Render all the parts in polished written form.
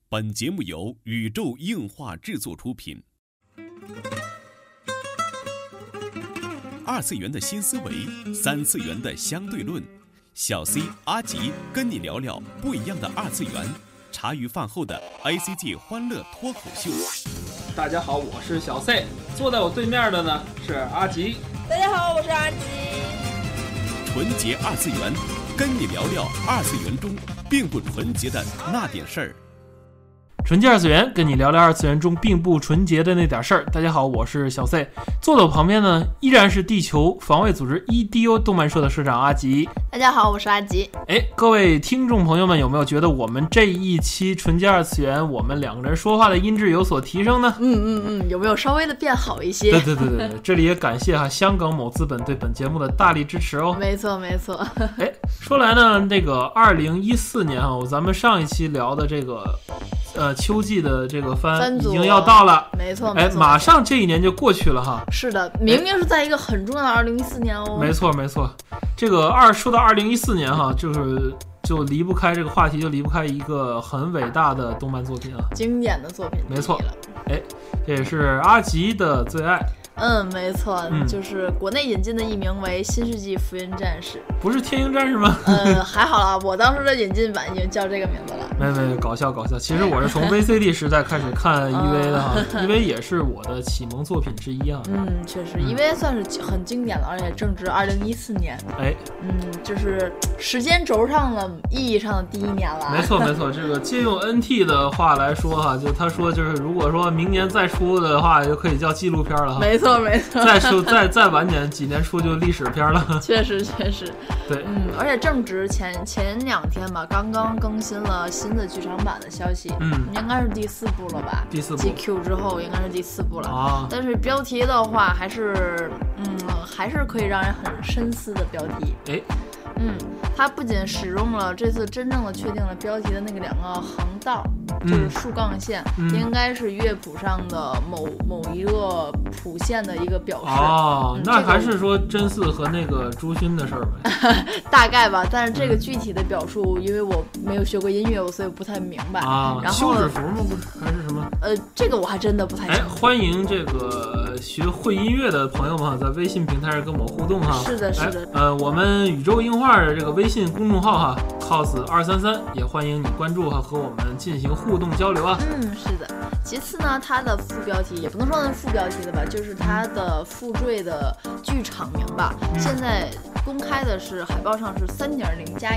本节目由宇宙硬化制作出品。二次元的新思维，三次元的相对论。小 C 阿吉跟你聊聊不一样的二次元。茶余饭后的 ACG 欢乐脱口秀。 大家好，我是小 C， 坐在我对面的呢是阿吉。 大家好，我是阿吉。 纯洁二次元，跟你聊聊二次元中并不纯洁的那点事儿。 纯洁二次元，跟你聊聊二次元中并不纯洁的那点事儿。大家好，我是小 C， 坐在我旁边呢依然是地球防卫组织 EDO 动漫社的社长阿吉。 大家好，我是阿吉。 各位听众朋友们，有没有觉得我们这一期纯洁二次元，我们两个人说话的音质有所提升呢？ 有没有稍微的变好一些？ 对，这里也感谢香港某资本对本节目的大力支持哦。 没错。 说来呢，这个2014年啊，咱们上一期聊的这个秋季的这个番已经要到了， 没错， 马上这一年就过去了哈。 是的，明明是在一个很重要的2014年哦。 没错，这个说到2014年哈，就离不开这个话题，就离不开一个很伟大的动漫作品啊， 经典的作品。 没错，这也是阿吉的最爱。 没错，就是国内引进的译名为《新世纪福音战士》， 不是天鹰战士吗？ 还好啦，我当时的引进版已经叫这个名字了。 没，搞笑。其实我是从 VCD 时代开始看 EV 的哈，EV 也是我的启蒙作品之一啊。 确实，EV 算是很经典的，而且正值2014年。就是时间轴上的意义上的第一年了。 没错，这个借用 NT 的话来说哈，就他说就是如果说明年再出的话，就可以叫纪录片了哈。 没错。 再晚点几年出就历史片了。确实。对， 而且正值前2天吧，刚刚更新了新的剧场版的消息，应该是第4部了吧？第4部 GQ 之后应该是第4部了啊。但是标题的话，还是可以让人很深思的标题。它不仅使用了这次真正的确定了标题的那个2个横道，就是竖杠线，应该是乐谱上的某一个谱线的一个表示。 那还是说真嗣和那个朱勋的事儿呗？ 大概吧，但是这个具体的表述，因为我没有学过音乐，所以不太明白。然后休止符吗？不是，还是什么？ 这个我还真的不太清楚。 欢迎这个学会音乐的朋友们在微信平台上跟我们互动哈。 是的。 我们宇宙硬化的这个微信公众号哈 ，cos233 也欢迎你关注哈，和我们进行互动交流啊。 是的。其次呢，它的副标题也不能说是副标题的吧，就是它的附缀的剧场名吧。现在公开的是海报上是3.0加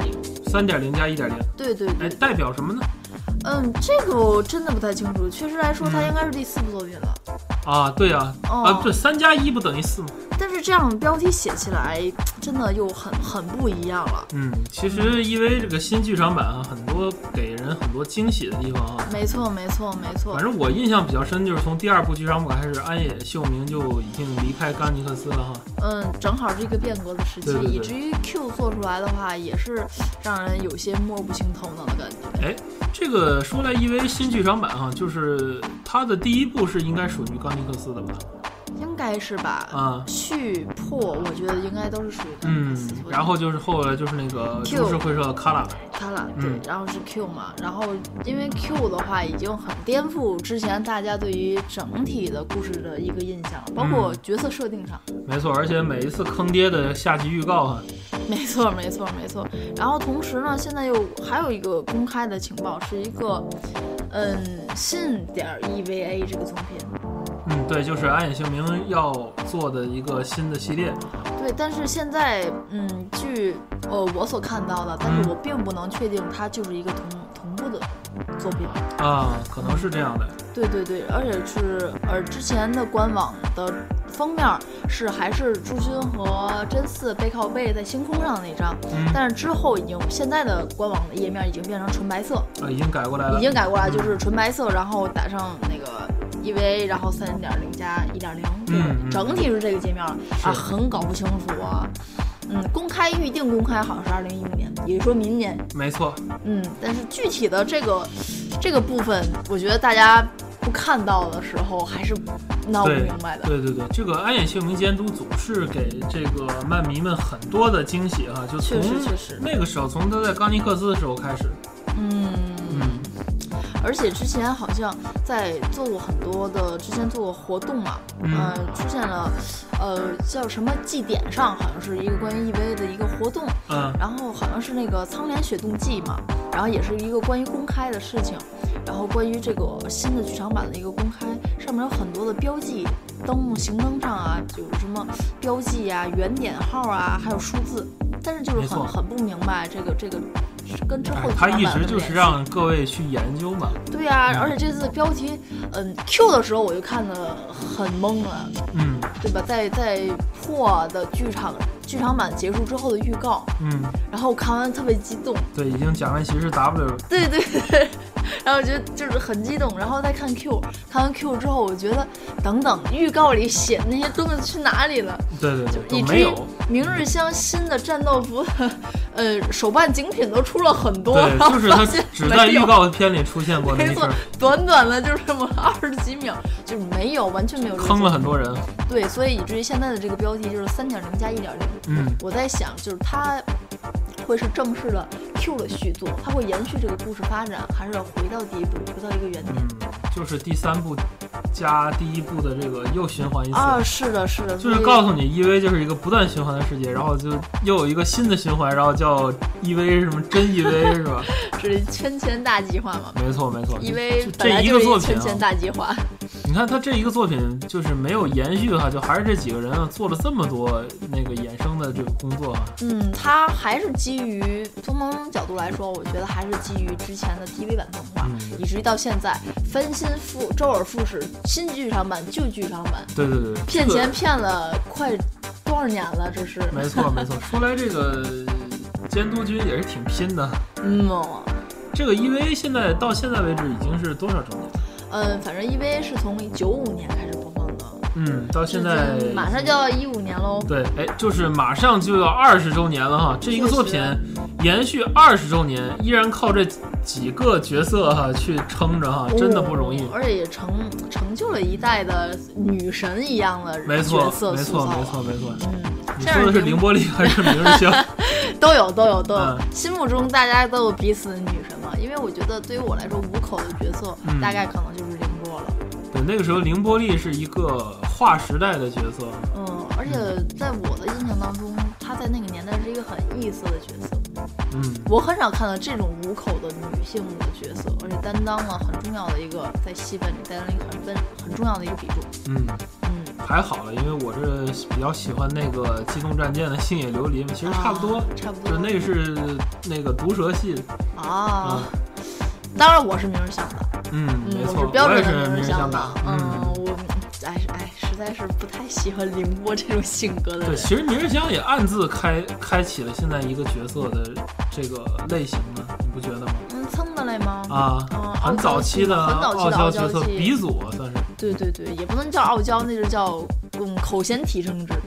1.0。3.0加1.0。对。 代表什么呢？ 这个我真的不太清楚。确实来说，它应该是第4部作品了。 对啊。对，3加1不等于4吗？ 但是这样标题写起来真的又很不一样了。 其实因为这个新剧场版啊，很多给人很多惊喜的地方啊。 没错。 反正我印象比较深，就是从第2部剧场版开始，安野秀明就已经离开冈尼克斯了哈。 正好是一个变革的时期， 对， 以至于 Q 做出来的话，也是让人有些摸不清头脑的感觉。 这个说来，因为新剧场版哈，就是它的第1部是应该属于冈尼克斯的吧？ 应该是吧。续破我觉得应该都是属于冈尼克斯。 然后就是后来就是那个株式会社卡拉， 对，然后是 Q 嘛，然后因为 Q 的话已经很颠覆之前大家对于整体的故事的一个印象，包括角色设定上。 没错，而且每一次坑爹的下集预告哈。 没错。然后同时呢，现在又还有一个公开的情报，是一个信.EVA 这个作品。 对，就是安野秀明要做的一个新的系列。 对，但是现在据我所看到的，但是我并不能确定它就是一个同步的作品可能是这样的。对， 而且是之前的官网的封面还是朱勋和真嗣背靠背在星空上的那张，但是之后现在的官网的页面已经变成纯白色。 已经改过来了， 就是纯白色，然后打上那个EVA， 然后3.0加1.0，整体是这个界面很搞不清楚啊。公开预定公开好像是2015年，也就是说明年。 没错。 但是具体的这个部分，我觉得大家不看到的时候还是闹不明白的。 对，这个安野秀明监督总是给这个漫迷们很多的惊喜哈，就从确实那个时候，从他在冈尼克斯的时候开始。 而且之前好像在做过很多的，之前做过活动嘛，出现了叫什么祭典上，好像是一个关于 EVA 的一个活动，然后好像是那个苍莲雪动记嘛，然后也是一个关于公开的事情，然后关于这个新的剧场版的一个公开，上面有很多的标记，行灯上啊有什么标记啊、圆点号啊，还有数字，但是就是很不明白这个跟之后他一直就是让各位去研究嘛。 对啊，而且这次的标题Q 的时候我就看得很懵了，对吧？在破的剧场版结束之后的预告，然后我看完特别激动， 对，已经假面骑士 W， 对，然后我觉得就是很激动，然后再看 Q， 看完 Q 之后，我觉得等预告里写的那些东西去哪里了？ 对， 以至于明日香新的战斗服的手办精品都出了很多， 对，就是它只在预告片里出现过的， 没错，短的就是这么20几秒，就是没有，完全没有， 坑了很多人。 对，所以以至于现在的这个标题就是3.0加1.0。我在想，就是它会是正式的 Q 的续作，它会延续这个故事发展，还是要回到第一部，回到一个原点？ 就是第3部加第1部的这个又循环一次啊，是的， 就是告诉你 EV 就是一个不断循环的世界，然后就又有一个新的循环，然后叫 EV 什么真 EV 是吧？ 是圈大计划嘛？ 没错 EV 这一个作品圈大计划。 你看他这一个作品就是没有延续哈，就还是这几个人做了这么多那个衍生的这个工作。 他还是基于从某种角度来说，我觉得还是基于之前的 TV 版动画，以至于到现在翻新周而复始，新剧场版旧剧场版， 对， 骗钱骗了快多少年了？这是没错。说来这个监督君也是挺拼的。这个 EVA 现在到现在为止已经是多少周年？ 反正 EVA 是从95年开始播放的， 到现在马上就要15年喽。 对，就是马上就要20周年了哈。这一个作品延续20周年，依然靠这几个角色哈去撑着哈，真的不容易。 而且也成就了一代的女神一样的角色塑造。 没错。你说的是凌波丽还是明日香？ 都有。心目中大家都有彼此的女神嘛，因为我觉得对于我来说，五口的角色大概可能就是凌波了。 对，那个时候凌波丽是一个划时代的角色。 而且在我的印象当中，她在那个年代是一个很异色的角色。我很少看到这种五口的女性的角色，而且担当了很重要的一个在戏份里担当了一个很重要的一个比重。 还好了，因为我这比较喜欢那个机动战舰的星野琉璃，其实差不多，就那个是那个毒蛇系当然我是明日香的， 没错， 我是标准的明日香的，我实在是不太喜欢凌波这种性格的人。 对，其实明日香也暗自开启了现在一个角色的这个类型呢，你不觉得吗？ 蹭的类吗？ 很早期的傲娇角色鼻祖算是。 对，也不能叫傲娇，那就叫口嫌体正直。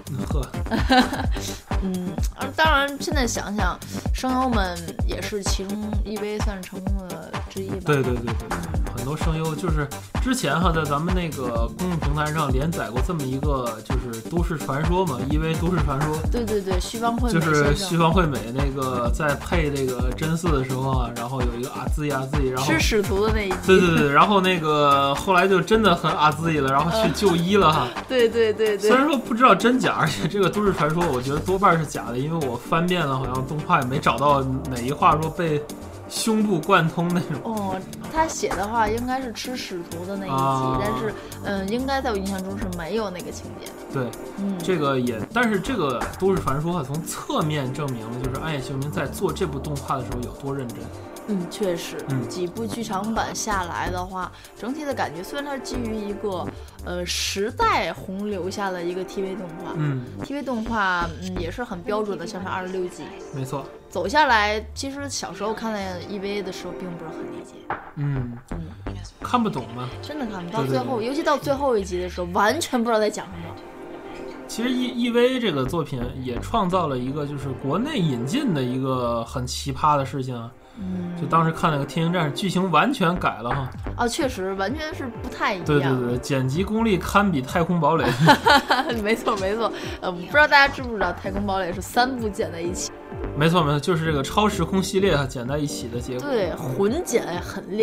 当然现在想想，声优们也是其中EVA算是成功的之一吧。 对，很多声优就是之前在咱们那个公众平台上连载过这么一个就是都市传说嘛，EVA都市传说。 对，须方惠美就是须方惠美那个在配这个真嗣的时候啊，然后有一个阿兹，然后吃使徒的那一集。 对，然后那个后来就真的很阿兹了，然后去就医了哈。 对。 虽然说不知道真假，而且这个都市传说我觉得多半是假的，因为我翻遍了好像动画也没找到哪一话说被胸部贯通那种。 他写的话应该是吃使徒的那一集，但是应该在我印象中是没有那个情节。 对，这个也，但是这个都市传说从侧面证明了，就是安野秀明在做这部动画的时候有多认真。 确实，几部剧场版下来的话，整体的感觉虽然它是基于一个时代洪流下的一个 TV 动画，TV 动画也是很标准的，像是26集， 没错。 走下来，其实小时候看那 EVA 的时候，并不是很理解， 看不懂吗？ 真的看不到最后，尤其到最后一集的时候，完全不知道在讲什么。 其实 EVA 这个作品也创造了一个就是国内引进的一个很奇葩的事情啊。就当时看那个《天行战士》，剧情完全改了哈。 确实完全是不太一样。 对，剪辑功力堪比《太空堡垒》。 没错。不知道大家知不知道，《太空堡垒》是3部剪在一起。 没错，就是这个超时空系列剪在一起的结果。 对，混剪很厉害。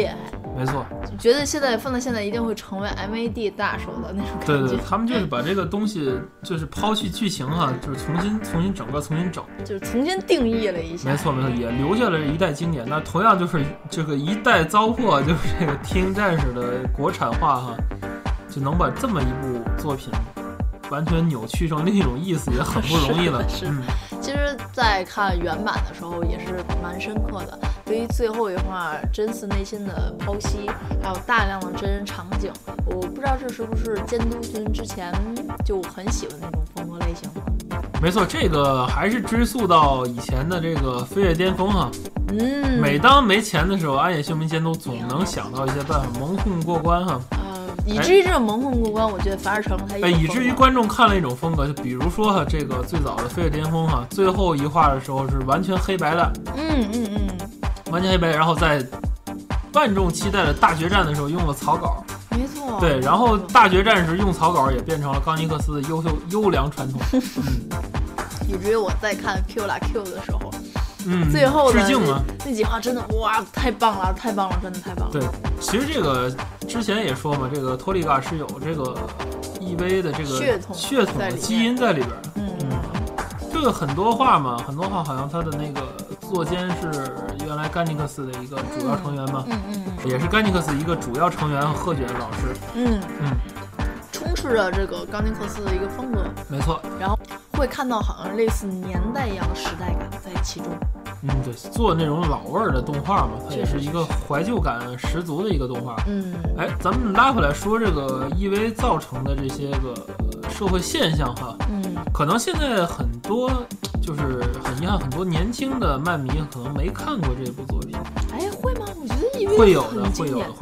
没错， 觉得放在现在一定会成为 MAD 大手的那种感觉。 对，他们就是把这个东西就是抛弃剧情哈，就是重新整， 就是重新定义了一下。 没错，也留下了一代经典。那同样就是这个一代糟粕，就是这个《天鹰战士》的国产化哈，就能把这么一部作品完全扭曲成另一种意思，也很不容易了。 是，其实在看原版的时候也是蛮深刻的，对于最后一话真实内心的剖析，还有大量的真人场景，我不知道这是不是监督君之前就很喜欢那种风格类型。 没错，这个还是追溯到以前的这个飞跃巅峰哈。每当没钱的时候，安野秀明监督总能想到一些办法蒙混过关哈。 以至于这种蒙混过关，我觉得反而成了他一种以至于观众看了一种风格，就比如说哈，这个最早的飞跃巅峰哈，最后一话的时候是完全黑白的，完全黑白，然后在万众期待的大决战的时候用了草稿， 没错， 对，然后大决战时用草稿也变成了冈尼克斯的优良传统， 以至于我在看 Q 啦 Q 的时候。最后的那几话真的哇，太棒了，真的太棒了。 对，其实这个之前也说嘛，这个托利嘎是有这个 EV 的这个血统的基因在里边。这个很多话好像他的那个作监是原来甘尼克斯的一个主要成员嘛，也是甘尼克斯一个主要成员鹤卷老师。 充斥着这个冈尼克斯的一个风格， 没错。 然后会看到好像类似年代一样的时代感在其中。 对，做那种老味的动画嘛，它也是一个怀旧感十足的一个动画。咱们拉回来说这个 EV 造成的这些个社会现象哈，可能现在很多就是很遗憾，很多年轻的漫迷可能没看过这部作品。 会吗？我觉得 EV 会有的。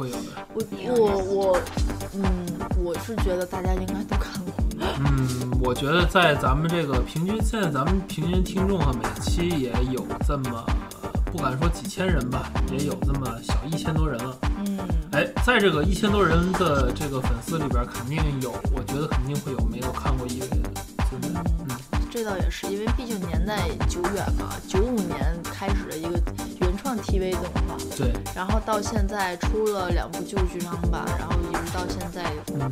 我是觉得大家应该都看过。 我觉得在咱们这个现在咱们平均听众每期也有这么不敢说几千人吧，也有这么小1000多人了。在这个1000多人的这个粉丝里边，肯定有，我觉得肯定会有没有看过EV的，对不对？ 这倒也是，因为毕竟年代久远嘛，95年开始的一个原创 TV 动画， 对， 然后到现在出了2部旧剧场版，然后一直到现在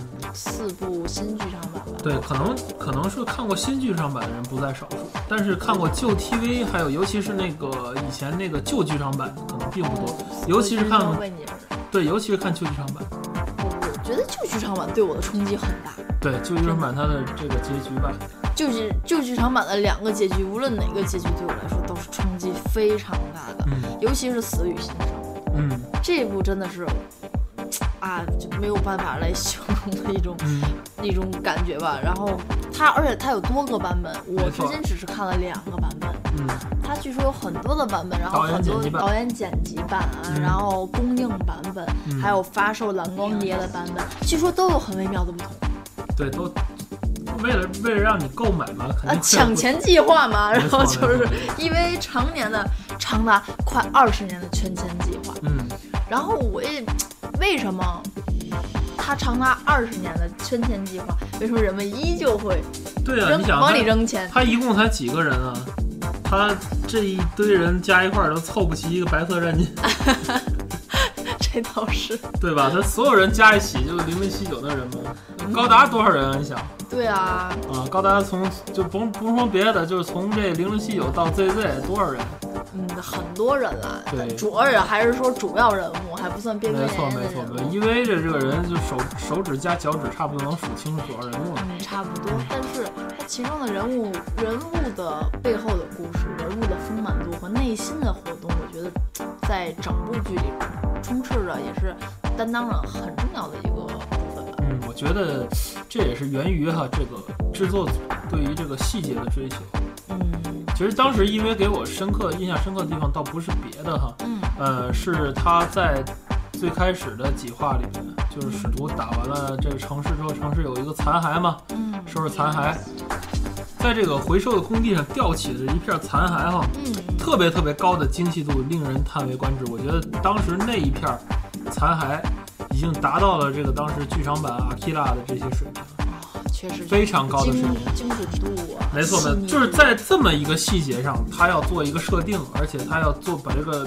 4部新剧场版吧。 对，可能是看过新剧场版的人不在少数，但是看过旧 TV， 还有尤其是那个以前那个旧剧场版可能并不多，尤其是看旧剧场版。 我觉得旧剧场版对我的冲击很大。 对，旧剧场版它的这个结局吧， 旧剧场版的2个结局，无论哪个结局对我来说都是冲击非常大的，尤其是死与欣赏。这一部真的是就没有办法来形容的一种感觉吧。然后而且它有多个版本，我至今只是看了2个版本。它据说有很多的版本，然后很多导演剪辑版然后公映版本，还有发售蓝光碟的版本，据说都有很微妙的不同。 对，都为了让你购买嘛，肯定抢钱计划嘛，然后就是因为常年的长达快20年的圈钱计划。然后为什么它长达20年的圈钱计划，为什么人们依旧会你想往里扔钱？ 他一共才几个人啊？他这一堆人加一块都凑不齐一个白色战舰。 这倒是， 对吧？他所有人加一起就0079的人嘛，高达多少人啊？你想？ 对啊， 高达就不说别的，就是从这0079到 ZZ 多少人？ 很多人了。 对， 而且还是说主要人物，还不算边缘人物。 没错，因为这个人就手指加脚趾差不多能数清楚主要人物了。 差不多。但是他其中的人物的背后的故事，人物的丰满度和内心的活动，我觉得在整部剧里充斥着，也是担当了很重要的一个部分吧。 我觉得这也是源于这个制作组对于这个细节的追求。其实当时因为给我印象深刻的地方倒不是别的是他在最开始的几话里面，就是使徒打完了这个城市之后，城市有一个残骸嘛，收拾残骸，在这个回收的空地上吊起了一片残骸特别特别高的精细度，令人叹为观止。我觉得当时那一片残骸已经达到了这个当时剧场版阿基拉的这些水平。 确实非常高的水平， 精准度没错，就是在这么一个细节上，他要做一个设定，而且他要把这个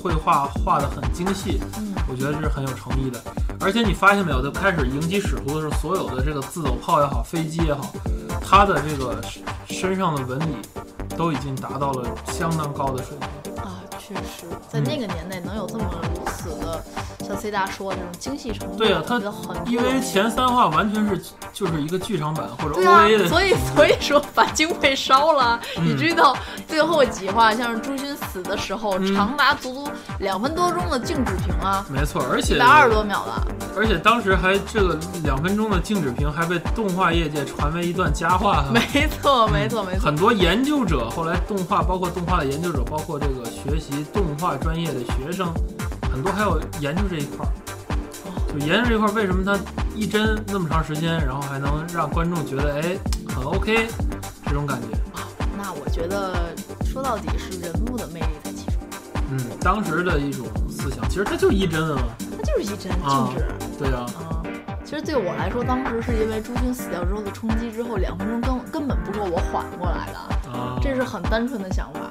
绘画画得很精细，我觉得这是很有诚意的。而且你发现没有，就开始迎击使徒的时候，所有的这个自走炮也好，飞机也好，它的这个身上的纹理都已经达到了相当高的水平啊！确实，在那个年代能有这么如此的，像 C 大说的这种精细程度， 对啊，它因为前3话完全是就是一个剧场版或者 OVA 的，所以说把经费烧了，以至于到最后几话，像是朱勋死的时候，长达足2分多钟的静止屏啊， 没错，而且 120多秒了， 而且当时还这个2分钟的静止屏还被动画业界传为一段佳话， 没错， 很多研究者后来动画，包括动画的研究者，包括这个学习动画专业的学生，很多还有研究这一块。就研究这块为什么它一帧那么长时间，然后还能让观众觉得很 OK 这种感觉啊？那我觉得说到底是人物的魅力在其中。 当时的一种思想，其实它就是一帧的嘛， 它就是一帧静止。 对啊。 其实对我来说，当时是因为朱勋死掉之后的冲击之后，2分钟根本不够我缓过来的，这是很单纯的想法。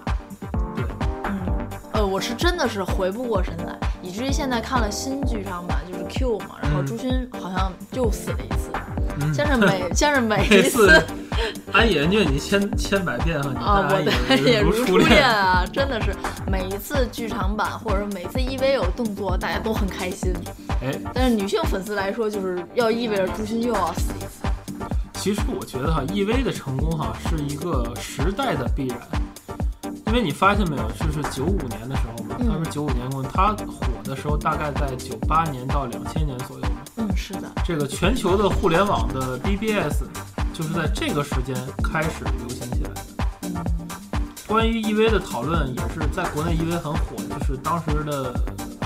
我是真的是回不过神来，以至于现在看了新剧场版，就是 Q 嘛，然后朱勋好像就死了一次，像是每一次安野虐你千百遍啊，我的安野如初恋啊，真的是每一次剧场版或者每次 EV 有动作，大家都很开心。但是女性粉丝来说，就是要意味着朱勋又要死一次。 其实我觉得EV 的成功是一个时代的必然。因为你发现没有，就是95年的时候嘛，它是95年过，它火的时候大概在98年到2000年左右嘛。 是的。这个全球的互联网的 BBS 就是在这个时间开始流行起来的。关于 EV 的讨论也是在国内 EV 很火，就是当时的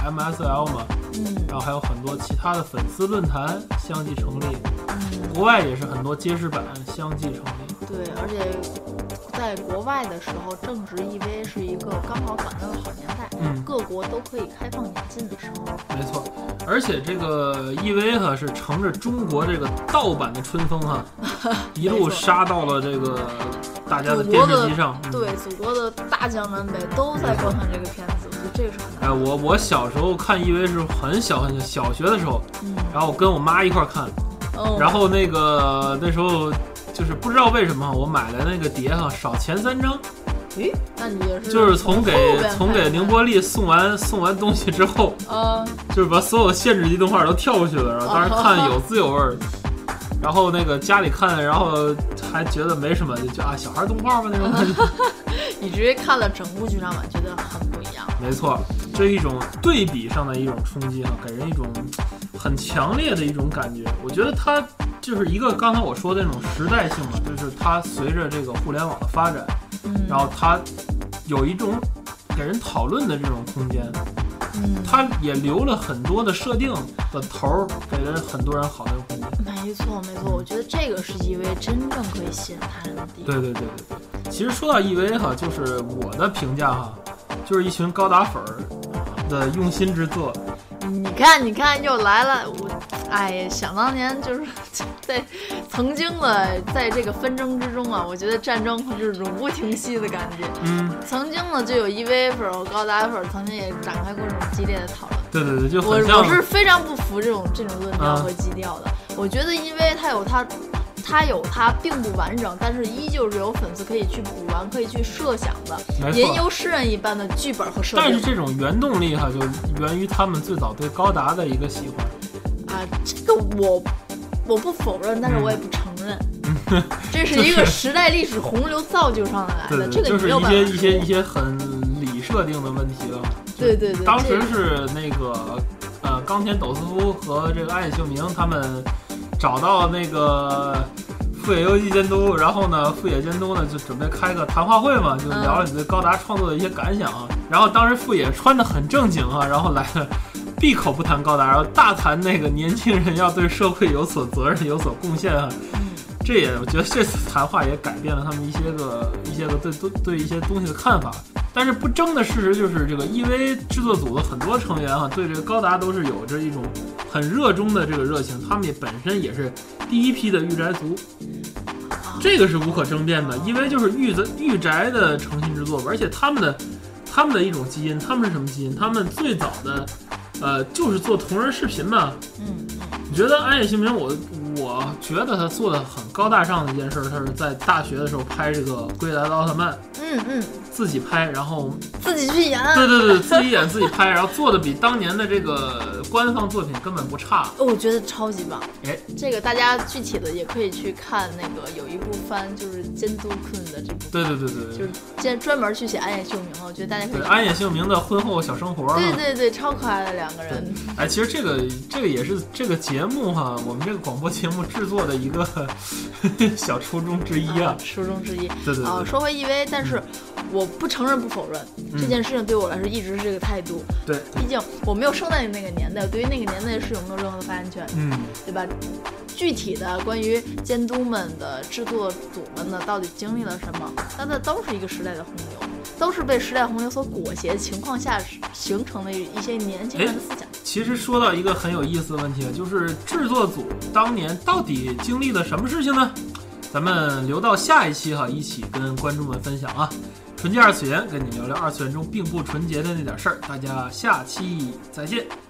MSL 嘛，然后还有很多其他的粉丝论坛相继成立，国外也是很多街市版相继成立。 对，而且在国外的时候，正值 EV 是一个刚好赶上的好年代，各国都可以开放引进的时候。 没错，而且这个 EV 是乘着中国这个盗版的春风一路杀到了这个大家的电视机上。 对，祖国的大江南北都在观看这个片子，我觉得这个是很我小时候看 EV 是很小小学的时候，然后我跟我妈一块看，然后那时候。就是不知道为什么我买了那个碟少前3张， 那你就是从给宁波丽送完东西之后，就是把所有限制级动画都跳过去了，然后当时看有滋有味儿，然后那个家里看，然后还觉得没什么，就小孩动画吧那种感觉， 以至于看了整部剧场版觉得很不一样。 没错，这是一种对比上的一种冲击给人一种很强烈的一种感觉。我觉得它就是一个刚才我说的那种时代性嘛，就是它随着这个互联网的发展，然后它有一种给人讨论的这种空间，它也留了很多的设定的头，给了很多人好的空间。 没错，我觉得这个是 EV 真正可以吸引他人的地方。 对。其实说到 EV 就是我的评价就是一群高达粉的用心之作。 你看又来了，想当年就是在曾经的在这个纷争之中我觉得战争是永不停息的感觉。曾经呢就有 EV 粉和高达粉曾经也展开过这种激烈的讨论。 对，就很像我是非常不服这种论调和基调的。我觉得因为它有它并不完整，但是依旧是有粉丝可以去补完，可以去设想的，吟游诗人一般的剧本和设定。 但是这种原动力就源于他们最早对高达的一个喜欢。 这个我不否认，但是我也不承认。这是一个时代历史洪流造就上来的，这个就是一些很理设定的问题了。 对。 当时是那个冈田斗司夫和这个岸野秀明他们找到那个富野由纪监督，然后呢，富野监督呢就准备开个谈话会嘛，就聊你对高达创作的一些感想然后当时富野穿得很正经然后来了，闭口不谈高达，然后大谈那个年轻人要对社会有所责任、有所贡献这也我觉得这次谈话也改变了他们一些个对一些东西的看法。但是不争的事实就是，这个 EV 制作组的很多成员对这个高达都是有着一种很热衷的这个热情，他们也本身也是第一批的御宅族，这个是无可争辩的。因为就是御宅的诚心之作，而且他们他们的一种基因，他们是什么基因？他们最早的就是做同人视频嘛。你觉得安野秀明，我觉得他做的很高大上的一件事，他是在大学的时候拍这个《归来的奥特曼》。自己拍，然后自己去演。 对，自己演自己拍，然后做的比当年的这个官方作品根本不差。 我觉得超级棒。这个大家具体的也可以去看那个有一部番，就是监督坤的这部。 对， 就是专门去写安野秀明了。我觉得大家可以。 安野秀明的婚后小生活。 对，超可爱的两个人。 其实这个也是这个节目哈，我们这个广播节目制作的一个小初衷之一啊。 初衷之一。 对。 说回 EV， 但是我不承认不否认，这件事情对我来说一直是这个态度。 对， 毕竟我没有生在那个年代，对于那个年代的事有没有任何的发言权？对吧？具体的关于监督们的制作组们的到底经历了什么，那都是一个时代的洪流，都是被时代洪流所裹挟的情况下形成的一些年轻人的思想。 其实说到一个很有意思的问题，就是制作组当年到底经历了什么事情呢？咱们留到下一期哈，一起跟观众们分享啊。纯洁二次元，跟你聊聊二次元中并不纯洁的那点事儿。大家下期再见。